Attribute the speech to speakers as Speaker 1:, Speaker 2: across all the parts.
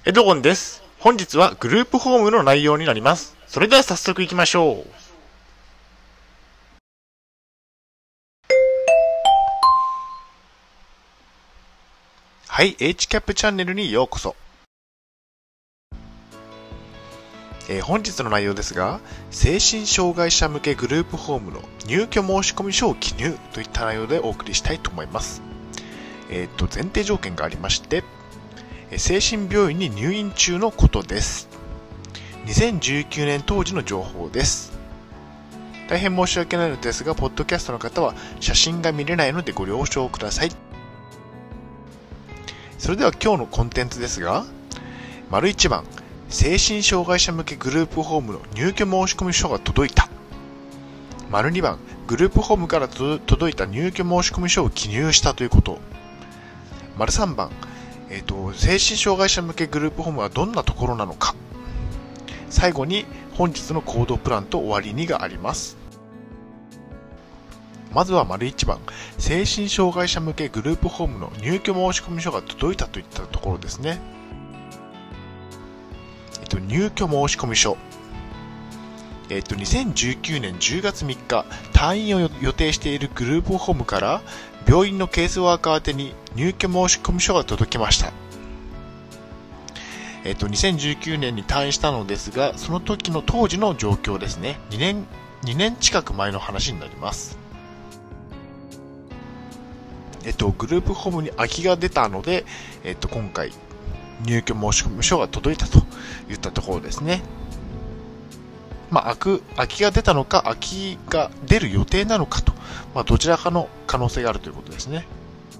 Speaker 1: エドゴンです。本日はグループホームの内容になります。それでは早速行きましょう。はい、HCAP チャンネルにようこそ。本日の内容ですが、精神障害者向けグループホームの入居申込書を記入といった内容でお送りしたいと思います。前提条件がありまして、精神病院に入院中のことです。2019年当時の情報です。大変申し訳ないのですが、ポッドキャストの方は写真が見れないのでご了承ください。それでは今日のコンテンツですが、丸1番、精神障害者向けグループホームの入居申込書が届いた。丸2番、グループホームから届いた入居申込書を記入したということ。丸3番、精神障害者向けグループホームはどんなところなのか。最後に本日の行動プランと終わりにがあります。まずは丸1番、精神障害者向けグループホームの入居申込書が届いたといったところですね。入居申込書。2019年10月3日、退院を予定しているグループホームから病院のケースワーカー宛てに入居申込書が届きました。2019年に退院したのですが、その時の当時の状況ですね。2年近く前の話になります。グループホームに空きが出たので、今回入居申込書が届いたといったところですね。空きが出たのか、空きが出る予定なのかと、どちらかの可能性があるということですね。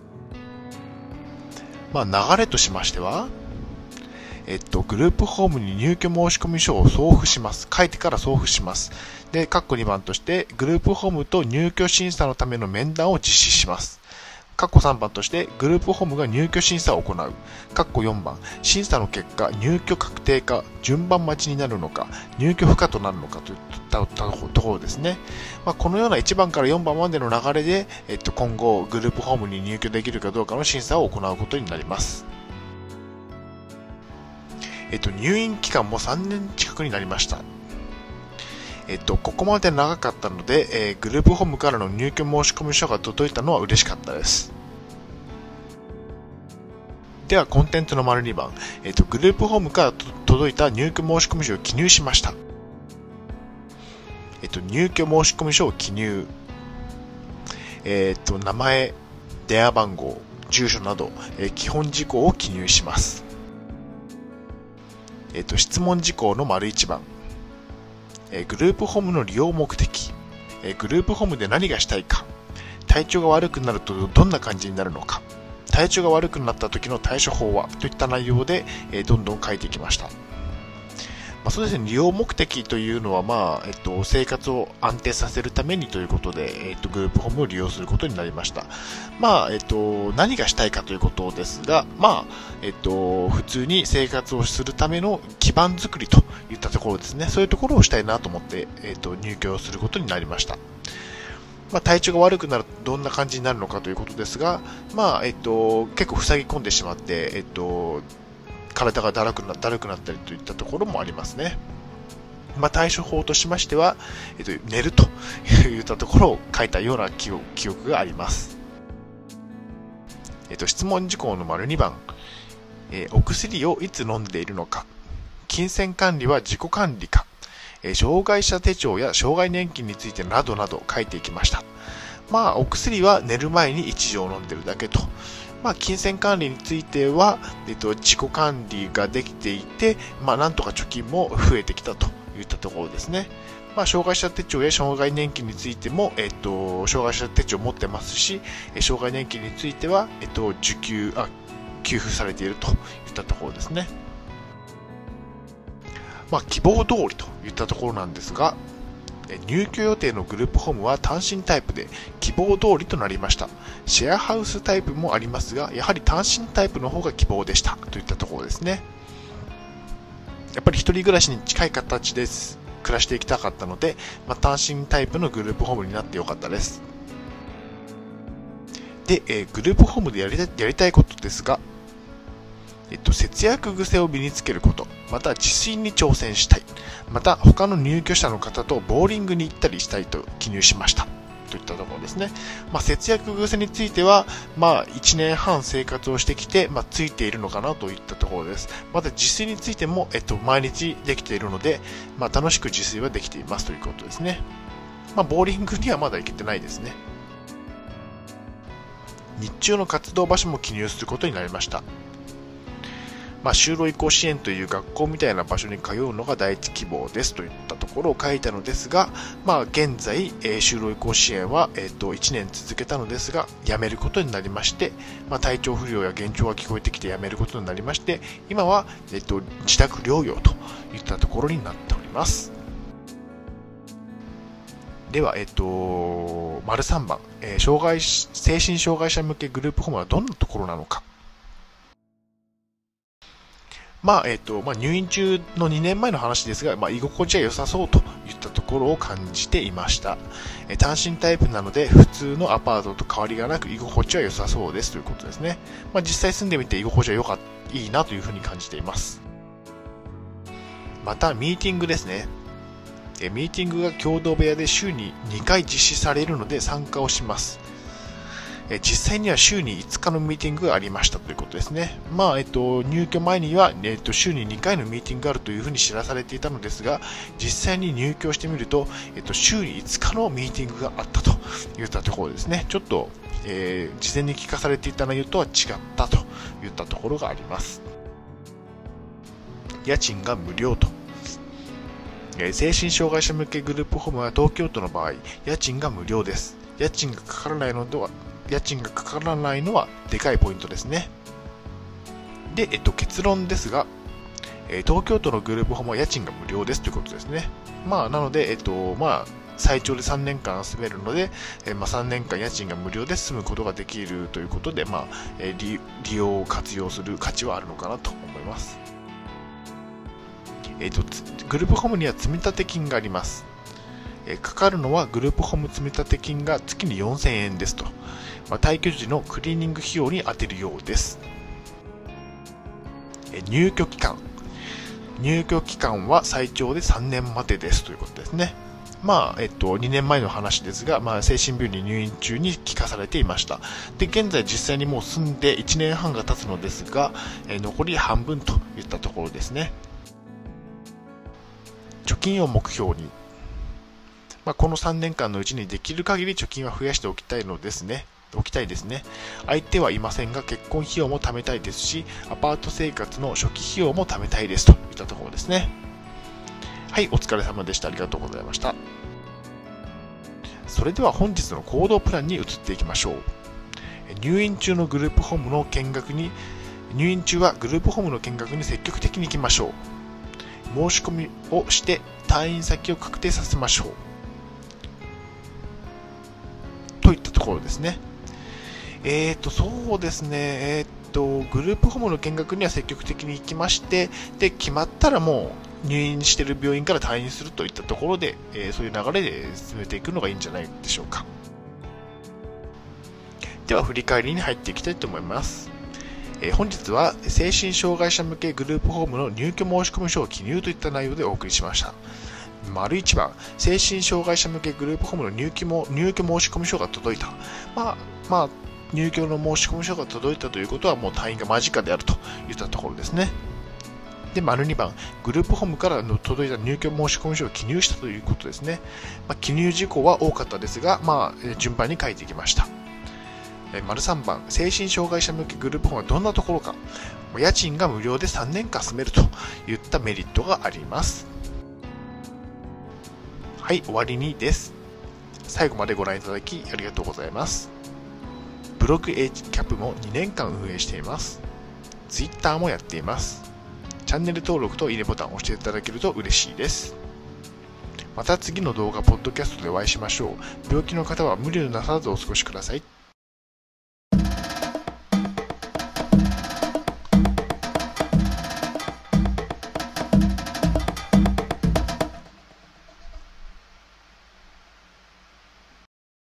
Speaker 1: 流れとしましては、グループホームに入居申込書を送付します。書いてから送付します。で、括弧2番として、グループホームと入居審査のための面談を実施します。括弧3番として、グループホームが入居審査を行う。括弧4番、審査の結果、入居確定か、順番待ちになるのか、入居不可となるのかといったところですね。このような1番から4番までの流れで、今後、グループホームに入居できるかどうかの審査を行うことになります。入院期間も3年近くになりました。ここまで長かったので、グループホームからの入居申込書が届いたのは嬉しかったです。では、コンテンツの丸2番、グループホームから届いた入居申込書を記入しました。入居申込書を記入。名前、電話番号、住所など、基本事項を記入します。質問事項の丸1番。グループホームの利用目的、グループホームで何がしたいか、体調が悪くなるとどんな感じになるのか、体調が悪くなった時の対処法はといった内容で、どんどん書いてきました。そうですね、利用目的というのは、生活を安定させるためにということで、グループホームを利用することになりました。何がしたいかということですが、普通に生活をするための基盤作りといったところですね。そういうところをしたいなと思って、入居をすることになりました。体調が悪くなるとどんな感じになるのかということですが、結構塞ぎ込んでしまって、体がだるくなったりといったところもありますね。対処法としましては、寝るといったところを書いたような記憶があります。質問事項の丸2番、お薬をいつ飲んでいるのか、金銭管理は自己管理か、障害者手帳や障害年金についてなどなど書いていきました。お薬は寝る前に1錠飲んでるだけと。金銭管理については、自己管理ができていて、なんとか貯金も増えてきたといったところですね。障害者手帳や障害年金についても、障害者手帳を持ってますし、障害年金については、給付されているといったところですね。希望通りといったところなんですが、入居予定のグループホームは単身タイプで希望通りとなりました。シェアハウスタイプもありますが、やはり単身タイプの方が希望でしたといったところですね。やっぱり一人暮らしに近い形で暮らしていきたかったので、単身タイプのグループホームになってよかったです。で、グループホームでやりたいことですが、 節約癖を身につけること、また自炊に挑戦したい、また他の入居者の方とボーリングに行ったりしたいと記入しました。といったところですね。節約癖については、1年半生活をしてきて、ついているのかなといったところです。また自炊についても、毎日できているので、楽しく自炊はできていますということですね。ボーリングにはまだ行けてないですね。日中の活動場所も記入することになりました。就労移行支援という学校みたいな場所に通うのが第一希望ですといったところを書いたのですが、現在、就労移行支援は、1年続けたのですが、辞めることになりまして、体調不良や幻聴が聞こえてきて辞めることになりまして、今は、自宅療養といったところになっております。では、丸3番、精神障害者向けグループホームはどんなところなのか。入院中の2年前の話ですが、居心地は良さそうといったところを感じていました。単身タイプなので、普通のアパートと変わりがなく、居心地は良さそうですということですね。実際住んでみて居心地はいいなというふうに感じています。また、ミーティングですね。ミーティングが共同部屋で週に2回実施されるので参加をします。実際には週に5日のミーティングがありましたということですね。入居前には、週に2回のミーティングがあるというふうに知らされていたのですが、実際に入居してみると、週に5日のミーティングがあったといったところですね。ちょっと、事前に聞かされていた内容とは違ったといったところがあります。家賃が無料と。精神障害者向けグループホームは東京都の場合、家賃が無料です。家賃がかからないのはでかいポイントですね。で、結論ですが、東京都のグループホームは家賃が無料ですということですね。なので、最長で3年間住めるので、3年間家賃が無料で住むことができるということで、利用活用する価値はあるのかなと思います。グループホームには積立金があります。かかるのはグループホーム積立金が月に4000円ですと。退去時のクリーニング費用に充てるようです。入居期間は最長で3年までですということですね。2年前の話ですが、精神病院に入院中に聞かされていました。で、現在実際にもう住んで1年半が経つのですが、残り半分といったところですね。貯金を目標に。この3年間のうちにできる限り貯金は増やしておきたいですね。相手はいませんが結婚費用も貯めたいですし、アパート生活の初期費用も貯めたいですといったところですね。はい、お疲れ様でした。ありがとうございました。それでは本日の行動プランに移っていきましょう。入院中はグループホームの見学に積極的に行きましょう。申し込みをして退院先を確定させましょう。といったところですね。そうですね。グループホームの見学には積極的に行きまして、で、決まったらもう入院している病院から退院するといったところで、そういう流れで進めていくのがいいんじゃないでしょうか。では、振り返りに入っていきたいと思います。本日は精神障害者向けグループホームの入居申込書を記入といった内容でお送りしました。丸1番、精神障害者向けグループホームの入居申込書が届いた。入居の申込書が届いたということはもう退院が間近であるといったところですね。で、丸2番、グループホームからの届いた入居申込書を記入したということですね。記入事項は多かったですが、順番に書いていきました。丸3番、精神障害者向けグループホームはどんなところか。家賃が無料で3年間住めるといったメリットがあります。はい、終わりにです。最後までご覧いただきありがとうございます。ブログ HCAP も2年間運営しています。Twitter もやっています。チャンネル登録といいねボタンを押していただけると嬉しいです。また次の動画、ポッドキャストでお会いしましょう。病気の方は無理のなさらずお過ごしください。